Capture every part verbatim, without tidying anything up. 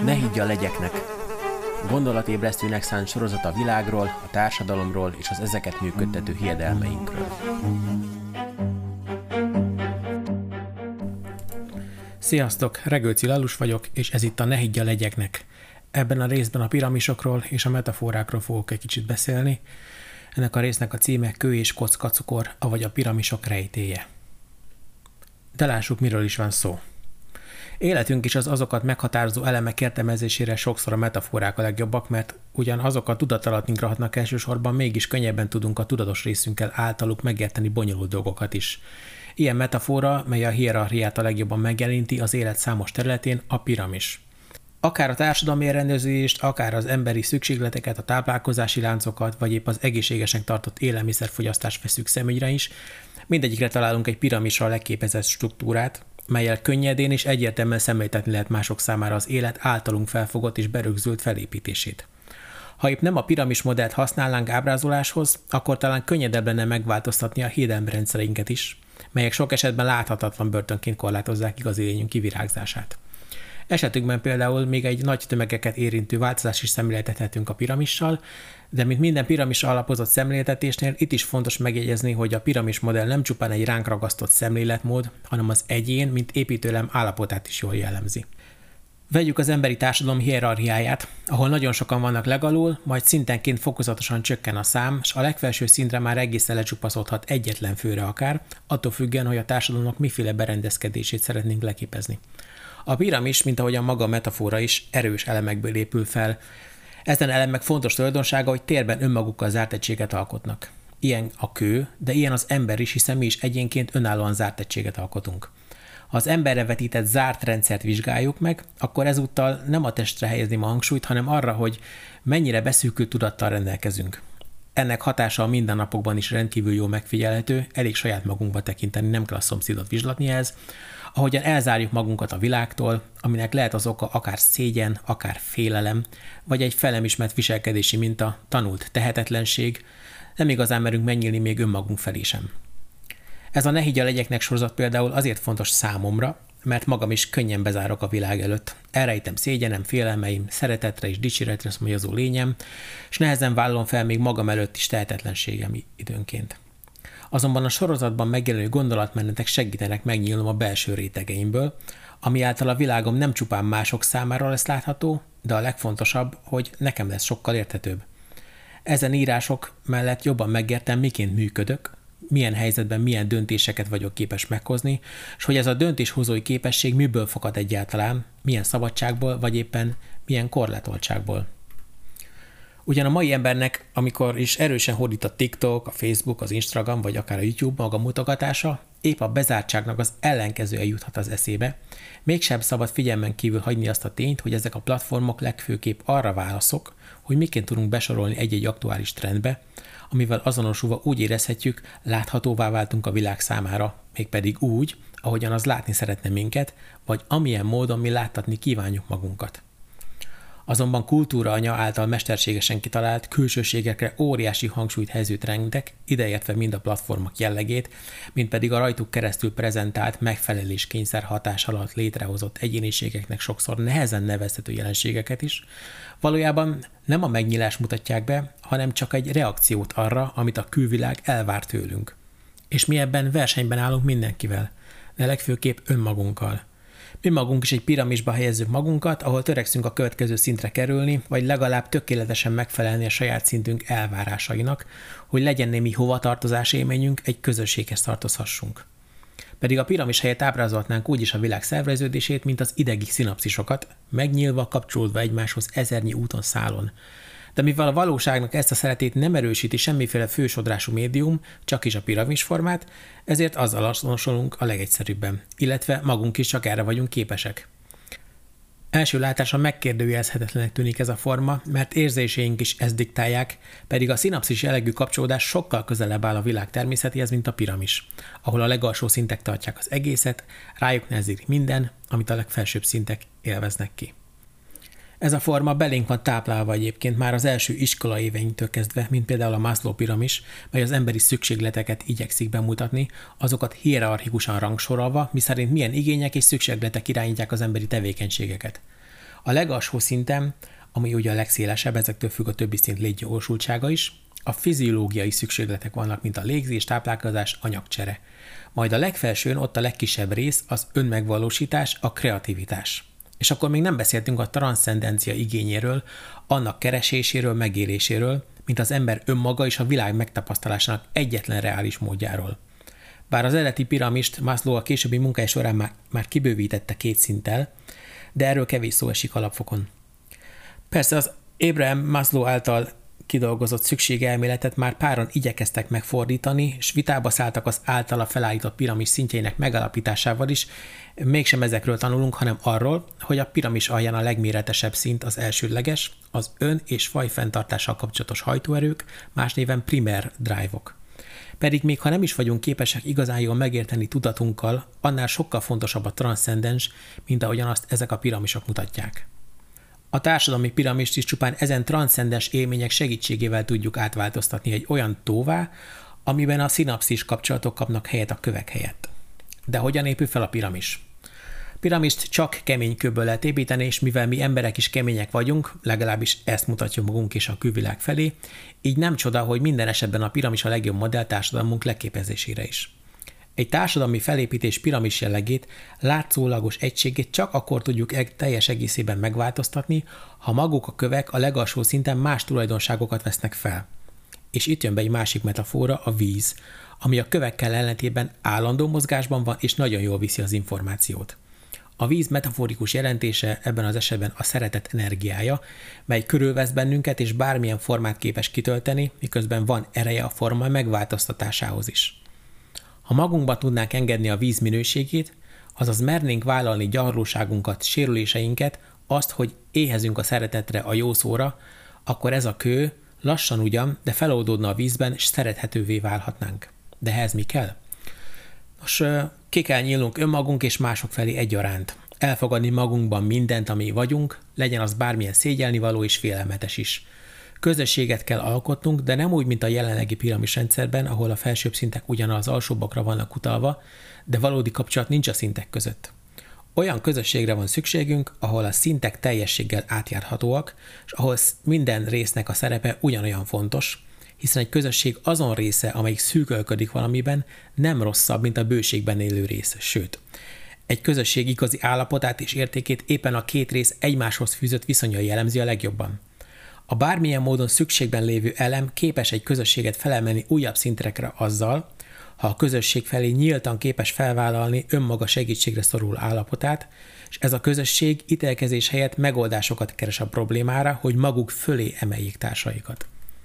Ne higgy a legyeknek! Gondolatébresztőnek szánt sorozat a világról, a társadalomról és az ezeket működtető hiedelmeinkről. Sziasztok, Regőci Lallus vagyok, és ez itt a Ne higgy a legyeknek. Ebben a részben a piramisokról és a metaforákról fogok egy kicsit beszélni. Ennek a résznek a címe Kő és kocka cukor, avagy a piramisok rejtélye. De lássuk, miről is van szó. Életünk is az azokat meghatározó elemek értelmezésére sokszor a metaforák a legjobbak, mert ugyan azok a tudatalatunkra hatnak elsősorban, mégis könnyebben tudunk a tudatos részünkkel általuk megérteni bonyolult dolgokat is. Ilyen metafora, mely a hierarchiát a legjobban megjeleníti az élet számos területén, a piramis. Akár a társadalmi elrendezést, akár az emberi szükségleteket, a táplálkozási láncokat, vagy épp az egészségesnek tartott élelmiszerfogyasztást veszük szemügyre is, mindegyikre találunk egy piramisra leképezett struktúrát, mellyel könnyedén és egyértelműen szemléltetni lehet mások számára az élet általunk felfogott és berögzült felépítését. Ha épp nem a piramis modellt használnánk ábrázoláshoz, akkor talán könnyedebb lenne megváltoztatni a hiedelmrendszereinket is, melyek sok esetben láthatatlan börtönként korlátozzák igazi lényünk kivirágzását. Esetünkben például még egy nagy tömegeket érintő változás is szemléltethetünk a piramissal, de mint minden piramis alapozott szemléltetésnél, itt is fontos megjegyezni, hogy a piramis modell nem csupán egy ránk ragasztott szemléletmód, hanem az egyén, mint építőelem állapotát is jól jellemzi. Vegyük az emberi társadalom hierarchiáját, ahol nagyon sokan vannak legalul, majd szintenként fokozatosan csökken a szám, és a legfelső szintre már egészen lecsupaszodhat egyetlen főre akár, attól függően, hogy a társadalomnak miféle berendezkedését szeretnénk leképezni. A piramis, mint ahogy a maga metafora is, erős elemekből épül fel. Ezen elemek fontos tulajdonsága, hogy térben önmagukkal zárt egységet alkotnak. Ilyen a kő, de ilyen az ember is, hiszen mi is egyénként önállóan zárt egységet alkotunk. Ha az emberre vetített zárt rendszert vizsgáljuk meg, akkor ezúttal nem a testre helyezném a hangsúlyt, hanem arra, hogy mennyire beszűkült tudattal rendelkezünk. Ennek hatása a mindennapokban is rendkívül jól megfigyelhető, elég saját magunkba tekinteni, nem kell a szomszédot vizslatni ehhez, ahogyan elzárjuk magunkat a világtól, aminek lehet az oka akár szégyen, akár félelem, vagy egy fel nem ismert viselkedési minta, tanult tehetetlenség, nem igazán merünk megnyílni még önmagunk felé sem. Ez a Ne higgy a legyeknek sorozat például azért fontos számomra, mert magam is könnyen bezárok a világ előtt. Elrejtem szégyenem, félelmeim, szeretetre és dicséretre szomjazó lényem, és nehezen vállalom fel még magam előtt is tehetetlenségem időnként. Azonban a sorozatban megjelenő gondolatmenetek segítenek megnyílnom a belső rétegeimből, ami által a világom nem csupán mások számára lesz látható, de a legfontosabb, hogy nekem lesz sokkal érthetőbb. Ezen írások mellett jobban megértem, miként működök, milyen helyzetben milyen döntéseket vagyok képes meghozni, és hogy ez a döntéshozói képesség miből fakad egyáltalán, milyen szabadságból, vagy éppen milyen korlátoltságból. Ugyan a mai embernek, amikor is erősen hódít a TikTok, a Facebook, az Instagram, vagy akár a YouTube maga mutogatása, épp a bezártságnak az ellenkezője juthat az eszébe, mégsem szabad figyelmen kívül hagyni azt a tényt, hogy ezek a platformok legfőképp arra válaszok, hogy miként tudunk besorolni egy-egy aktuális trendbe, amivel azonosulva úgy érezhetjük, láthatóvá váltunk a világ számára, mégpedig úgy, ahogyan az látni szeretne minket, vagy amilyen módon mi láttatni kívánjuk magunkat. Azonban kultúra anya által mesterségesen kitalált külsőségekre óriási hangsúlyt helyező trendek, ideértve mind a platformok jellegét, mind pedig a rajtuk keresztül prezentált megfeleléskényszer hatás alatt létrehozott egyéniségeknek sokszor nehezen nevezhető jelenségeket is, valójában nem a megnyílást mutatják be, hanem csak egy reakciót arra, amit a külvilág elvár tőlünk. És mi ebben versenyben állunk mindenkivel, de legfőképp önmagunkkal. Mi magunk is egy piramisba helyezzük magunkat, ahol törekszünk a következő szintre kerülni, vagy legalább tökéletesen megfelelni a saját szintünk elvárásainak, hogy legyen némi hovatartozás élményünk, egy közösséghez tartozhassunk. Pedig a piramis helyett ábrázolhatnánk úgy is a világ szerveződését, mint az idegi szinapszisokat, megnyílva, kapcsolódva egymáshoz ezernyi úton szálon. De mivel a valóságnak ezt a szeretét nem erősíti semmiféle fősodrású médium, csak is a piramis formát, ezért azzal azonosulunk a legegyszerűbben, illetve magunk is csak erre vagyunk képesek. Első látásra megkérdőjelezhetetlenek tűnik ez a forma, mert érzéseink is ezt diktálják, pedig a szinapszis jellegű kapcsolódás sokkal közelebb áll a világ természetéhez, mint a piramis, ahol a legalsó szintek tartják az egészet, rájuk nehezik minden, amit a legfelsőbb szintek élveznek ki. Ez a forma belénk van táplálva egyébként már az első iskola éveinktől kezdve, mint például a Maslow piramis, mely az emberi szükségleteket igyekszik bemutatni, azokat hierarchikusan rangsorolva, miszerint milyen igények és szükségletek irányítják az emberi tevékenységeket. A legalsó szinten, ami ugye a legszélesebb, ezektől függ a többi szint létjogosultsága is, a fiziológiai szükségletek vannak, mint a légzés, táplálkozás, anyagcsere. Majd a legfelsőn ott a legkisebb rész az önmegvalósítás, a kreativitás. És akkor még nem beszéltünk a transzcendencia igényéről, annak kereséséről, megéléséről, mint az ember önmaga és a világ megtapasztalásának egyetlen reális módjáról. Bár az eredeti piramist Maslow a későbbi munkája során már, már kibővítette két szinttel, de erről kevés szó esik alapfokon. Persze az Abraham Maslow által kidolgozott szükségelméletet már páran igyekeztek megfordítani, és vitába szálltak az általa felállított piramis szintjeinek megalapításával is, mégsem ezekről tanulunk, hanem arról, hogy a piramis alján a legméretesebb szint az elsődleges, az ön- és fajfenntartással kapcsolatos hajtóerők, más néven primer drive-ok. Pedig még ha nem is vagyunk képesek igazán jól megérteni tudatunkkal, annál sokkal fontosabb a transzcendens, mint ahogyan azt ezek a piramisok mutatják. A társadalmi piramist is csupán ezen transzcendens élmények segítségével tudjuk átváltoztatni egy olyan tóvá, amiben a szinapszis kapcsolatok kapnak helyet a kövek helyett. De hogyan épül fel a piramis? Piramist csak kemény kőből lehet építeni, és mivel mi emberek is kemények vagyunk, legalábbis ezt mutatjuk magunk is a külvilág felé, így nem csoda, hogy minden esetben a piramis a legjobb modell társadalmunk leképezésére is. Egy társadalmi felépítés piramis jellegét, látszólagos egységét csak akkor tudjuk teljes egészében megváltoztatni, ha maguk a kövek a legalsó szinten más tulajdonságokat vesznek fel. És itt jön be egy másik metafora, a víz, ami a kövekkel ellentétben állandó mozgásban van és nagyon jól viszi az információt. A víz metaforikus jelentése ebben az esetben a szeretet energiája, mely körülvesz bennünket és bármilyen formát képes kitölteni, miközben van ereje a forma megváltoztatásához is. Ha magunkba tudnánk engedni a víz minőségét, azaz mernénk vállalni gyarlóságunkat, sérüléseinket, azt, hogy éhezünk a szeretetre, a jó szóra, akkor ez a kő lassan ugyan, de feloldódna a vízben, és szerethetővé válhatnánk. De ehhez mi kell? Nos, ki kell nyílnunk önmagunk és mások felé egyaránt. Elfogadni magunkban mindent, ami vagyunk, legyen az bármilyen szégyelnivaló és félelmetes is. Közösséget kell alkotnunk, de nem úgy, mint a jelenlegi piramisrendszerben, ahol a felsőbb szintek ugyanaz az alsóbbakra vannak utalva, de valódi kapcsolat nincs a szintek között. Olyan közösségre van szükségünk, ahol a szintek teljességgel átjárhatóak, és ahol minden résznek a szerepe ugyanolyan fontos, hiszen egy közösség azon része, amelyik szűkölködik valamiben, nem rosszabb, mint a bőségben élő rész, sőt. Egy közösség igazi állapotát és értékét éppen a két rész egymáshoz fűzött viszonya jellemzi a legjobban. A bármilyen módon szükségben lévő elem képes egy közösséget felemelni újabb szintekre azzal, ha a közösség felé nyíltan képes felvállalni önmaga segítségre szorul állapotát, és ez a közösség ítélkezés helyett megoldásokat keres a problémára, hogy maguk fölé emeljék társaikat.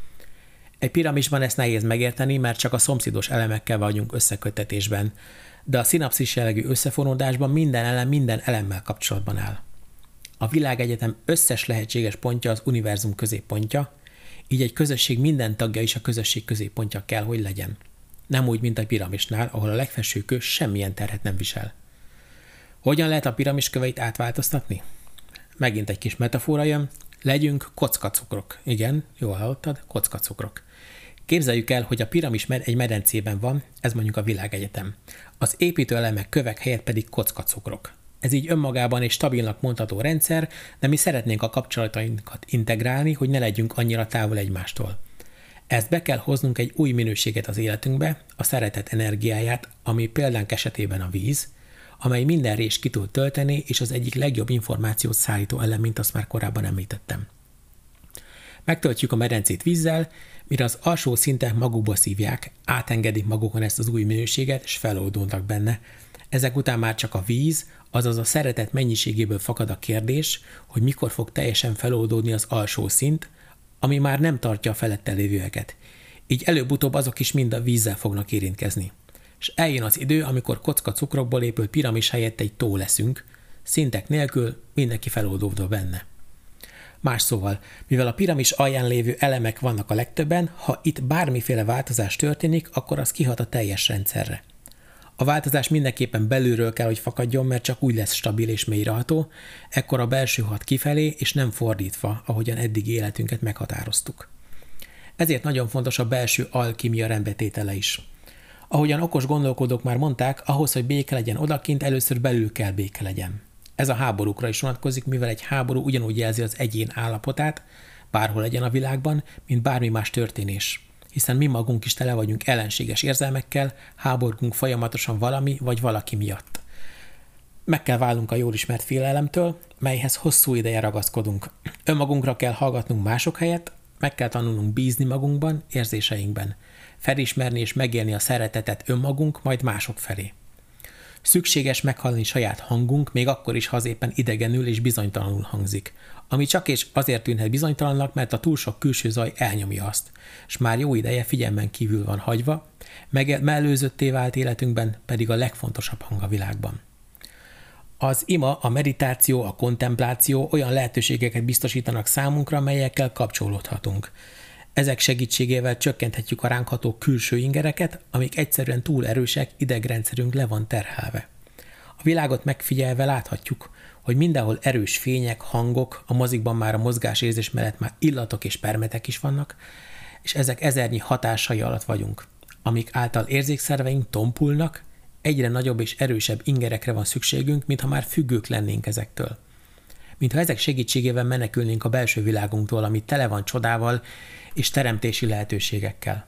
Egy piramisban ezt nehéz megérteni, mert csak a szomszédos elemekkel vagyunk összeköttetésben, de a szinapszis jellegű összefonódásban minden elem minden elemmel kapcsolatban áll. A világegyetem összes lehetséges pontja az univerzum középpontja, így egy közösség minden tagja is a közösség középpontja kell, hogy legyen. Nem úgy, mint a piramisnál, ahol a legfelső kő semmilyen terhet nem visel. Hogyan lehet a piramis köveit átváltoztatni? Megint egy kis metafora jön, legyünk kockacukrok. Igen, jól hallottad, kockacukrok. Képzeljük el, hogy a piramis egy medencében van, ez mondjuk a világegyetem. Az építőelemek kövek helyett pedig kockacukrok. Ez így önmagában egy stabilnak mondható rendszer, de mi szeretnénk a kapcsolatainkat integrálni, hogy ne legyünk annyira távol egymástól. Ezt be kell hoznunk egy új minőséget az életünkbe, a szeretet energiáját, ami példánk esetében a víz, amely minden részt ki tud tölteni, és az egyik legjobb információt szállító elem, mint azt már korábban említettem. Megtöltjük a medencét vízzel, mire az alsó szintek magukba szívják, átengedik magukon ezt az új minőséget, és feloldódnak benne. Ezek után már csak a víz, azaz a szeretet mennyiségéből fakad a kérdés, hogy mikor fog teljesen feloldódni az alsó szint, ami már nem tartja a felette lévőeket. Így előbb-utóbb azok is mind a vízzel fognak érintkezni. És eljön az idő, amikor kocka cukrokból épült piramis helyett egy tó leszünk, szintek nélkül mindenki feloldódva benne. Más szóval, mivel a piramis alján lévő elemek vannak a legtöbben, ha itt bármiféle változás történik, akkor az kihat a teljes rendszerre. A változás mindenképpen belülről kell, hogy fakadjon, mert csak úgy lesz stabil és mélyreható, ekkor a belső hat kifelé, és nem fordítva, ahogyan eddig életünket meghatároztuk. Ezért nagyon fontos a belső alkímia rendbetétele is. Ahogyan okos gondolkodók már mondták, ahhoz, hogy béke legyen odakint, először belül kell béke legyen. Ez a háborúkra is vonatkozik, mivel egy háború ugyanúgy jelzi az egyén állapotát, bárhol legyen a világban, mint bármi más történés. Hiszen mi magunk is tele vagyunk ellenséges érzelmekkel, háborgunk folyamatosan valami vagy valaki miatt. Meg kell válnunk a jól ismert félelemtől, melyhez hosszú ideje ragaszkodunk. Önmagunkra kell hallgatnunk mások helyett, meg kell tanulnunk bízni magunkban, érzéseinkben. Felismerni és megélni a szeretetet önmagunk, majd mások felé. Szükséges meghallani saját hangunk, még akkor is, ha az éppen idegenül és bizonytalanul hangzik. Ami csak és azért tűnhet bizonytalannak, mert a túl sok külső zaj elnyomja azt, és már jó ideje figyelmen kívül van hagyva, meg mellőzötté vált életünkben pedig a legfontosabb hang a világban. Az ima, a meditáció, a kontempláció olyan lehetőségeket biztosítanak számunkra, melyekkel kapcsolódhatunk. Ezek segítségével csökkenthetjük a ránk ható külső ingereket, amik egyszerűen túl erősek, idegrendszerünk le van terhelve. A világot megfigyelve láthatjuk, hogy mindenhol erős fények, hangok, a mozikban már a mozgásérzés mellett már illatok és permetek is vannak, és ezek ezernyi hatásai alatt vagyunk, amik által érzékszerveink tompulnak, egyre nagyobb és erősebb ingerekre van szükségünk, mintha már függők lennénk ezektől. Mintha ezek segítségével menekülnénk a belső világunktól, ami tele van csodával és teremtési lehetőségekkel.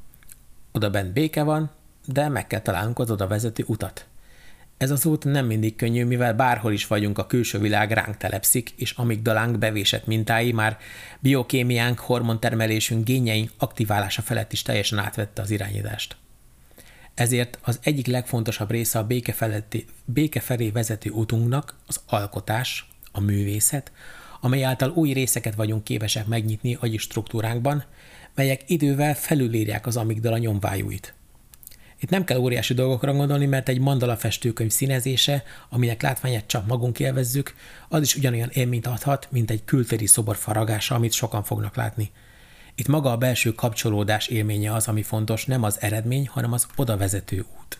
Oda bent béke van, de meg kell találnunk az oda vezető utat. Ez az út nem mindig könnyű, mivel bárhol is vagyunk, a külső világ ránk telepszik, és amigdalánk bevésett mintái már biokémiánk, hormontermelésünk, génjeink aktiválása felett is teljesen átvette az irányítást. Ezért az egyik legfontosabb része a béke, feletti, béke felé vezető útunknak az alkotás, a művészet, amely által új részeket vagyunk képesek megnyitni agyi struktúránkban, melyek idővel felülírják az amigdala nyomvájúit. Itt nem kell óriási dolgokra gondolni, mert egy mandala festőkönyv színezése, aminek látványát csak magunk élvezzük, az is ugyanolyan élményt adhat, mint egy kültéri szobor faragása, amit sokan fognak látni. Itt maga a belső kapcsolódás élménye az, ami fontos, nem az eredmény, hanem az odavezető út.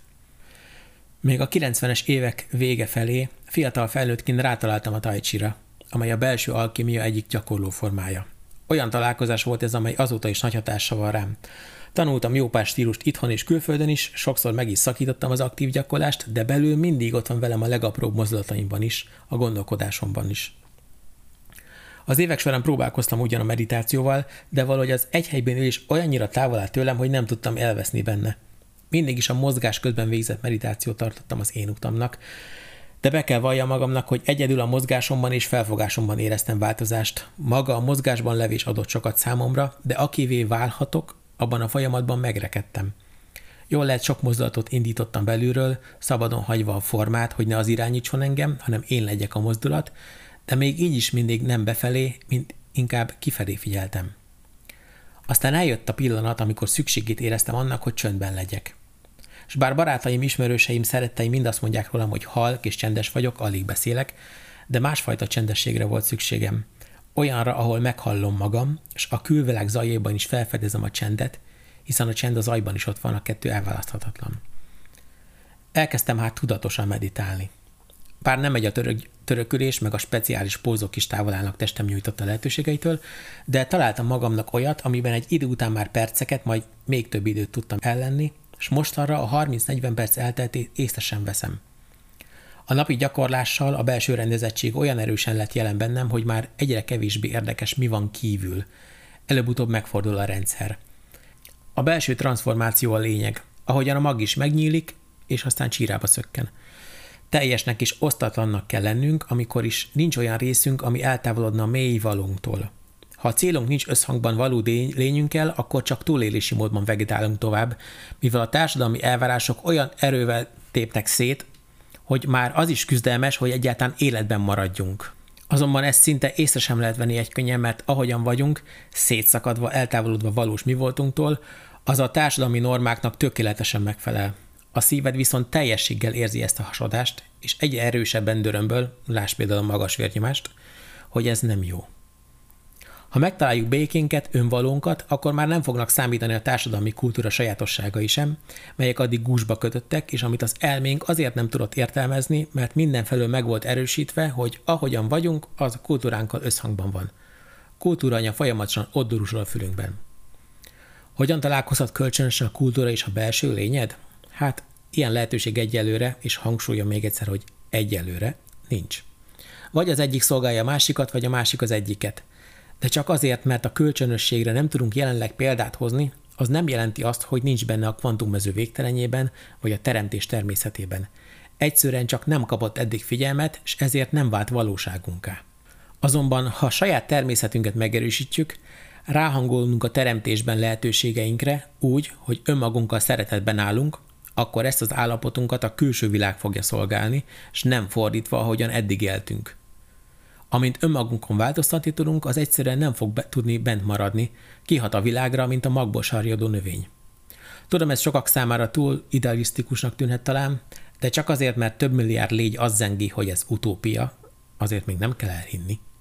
Még a kilencvenes évek vége felé fiatal felnőttként rátaláltam a tai chira, amely a belső alkímia egyik gyakorló formája. Olyan találkozás volt ez, amely azóta is nagy hatással van rám. Tanultam jó pár stílust itthon és külföldön is, sokszor meg is szakítottam az aktív gyakorlást, de belül mindig ott van velem a legapróbb mozdulataimban is, a gondolkodásomban is. Az évek során próbálkoztam ugyan a meditációval, de valahogy az egy helyben ülés olyannyira távol áll tőlem, hogy nem tudtam elveszni benne. Mindig is a mozgás közben végzett meditációt tartottam az én utamnak, de be kell valljam magamnak, hogy egyedül a mozgásomban és felfogásomban éreztem változást. Maga a mozgásban levés adott sokat számomra, de akivé válhatok, abban a folyamatban megrekedtem. Jól lehet, sok mozdulatot indítottam belülről, szabadon hagyva a formát, hogy ne az irányítson engem, hanem én legyek a mozdulat, de még így is mindig nem befelé, mint inkább kifelé figyeltem. Aztán eljött a pillanat, amikor szükségét éreztem annak, hogy csöndben legyek. És bár barátaim, ismerőseim, szeretteim mind azt mondják rólam, hogy halk és csendes vagyok, alig beszélek, de másfajta csendességre volt szükségem. Olyanra, ahol meghallom magam, és a külvilág zajében is felfedezem a csendet, hiszen a csend a zajban is ott van, a kettő elválaszthatatlan. Elkezdtem hát tudatosan meditálni. Bár nem megy a török, törökülés, meg a speciális pózok is távol állnak testem nyújtotta lehetőségeitől, de találtam magamnak olyat, amiben egy idő után már perceket, majd még több időt tudtam ellenni, és mostanra a harminc-negyven perc elteltét észre sem veszem. A napi gyakorlással a belső rendezettség olyan erősen lett jelen bennem, hogy már egyre kevésbé érdekes, mi van kívül. Előbb-utóbb megfordul a rendszer. A belső transformáció a lényeg, ahogyan a mag is megnyílik, és aztán csírába szökken. Teljesnek és osztatlannak kell lennünk, amikor is nincs olyan részünk, ami eltávolodna a mély valónktól. Ha a célunk nincs összhangban valódi lényünkkel, akkor csak túlélési módban vegetálunk tovább, mivel a társadalmi elvárások olyan erővel tépnek szét, hogy már az is küzdelmes, hogy egyáltalán életben maradjunk. Azonban ezt szinte észre sem lehet venni egykönnyen, mert ahogyan vagyunk, szétszakadva, eltávolodva valós mi voltunktól, az a társadalmi normáknak tökéletesen megfelel. A szíved viszont teljességgel érzi ezt a hasadást, és egyre erősebben dörömböl, lásd például a magas vérnyomást, hogy ez nem jó. Ha megtaláljuk békénket, önvalónkat, akkor már nem fognak számítani a társadalmi kultúra sajátosságai sem, melyek addig gúzsba kötöttek, és amit az elménk azért nem tudott értelmezni, mert mindenfelől meg volt erősítve, hogy ahogyan vagyunk, az a kultúránkkal összhangban van. Kultúraanya folyamatosan ott duruzsol a fülünkben. Hogyan találkozhat kölcsönösen a kultúra és a belső lényed? Hát, ilyen lehetőség egyelőre, és hangsúlyom még egyszer, hogy egyelőre nincs. Vagy az egyik szolgálja a másikat, vagy a másik az egyiket. De csak azért, mert a kölcsönösségre nem tudunk jelenleg példát hozni, az nem jelenti azt, hogy nincs benne a kvantummező végtelenjében, vagy a teremtés természetében. Egyszerűen csak nem kapott eddig figyelmet, és ezért nem vált valóságunká. Azonban, ha a saját természetünket megerősítjük, ráhangolunk a teremtésben lehetőségeinkre úgy, hogy önmagunkkal szeretetben állunk, akkor ezt az állapotunkat a külső világ fogja szolgálni, és nem fordítva, ahogyan eddig éltünk. Amint önmagunkon változtatni tudunk, az egyszerűen nem fog be- tudni bent maradni, kihat a világra, mint a magból sarjadó növény. Tudom, ez sokak számára túl idealisztikusnak tűnhet talán, de csak azért, mert több milliárd légy azt zengi, hogy ez utópia, azért még nem kell elhinni.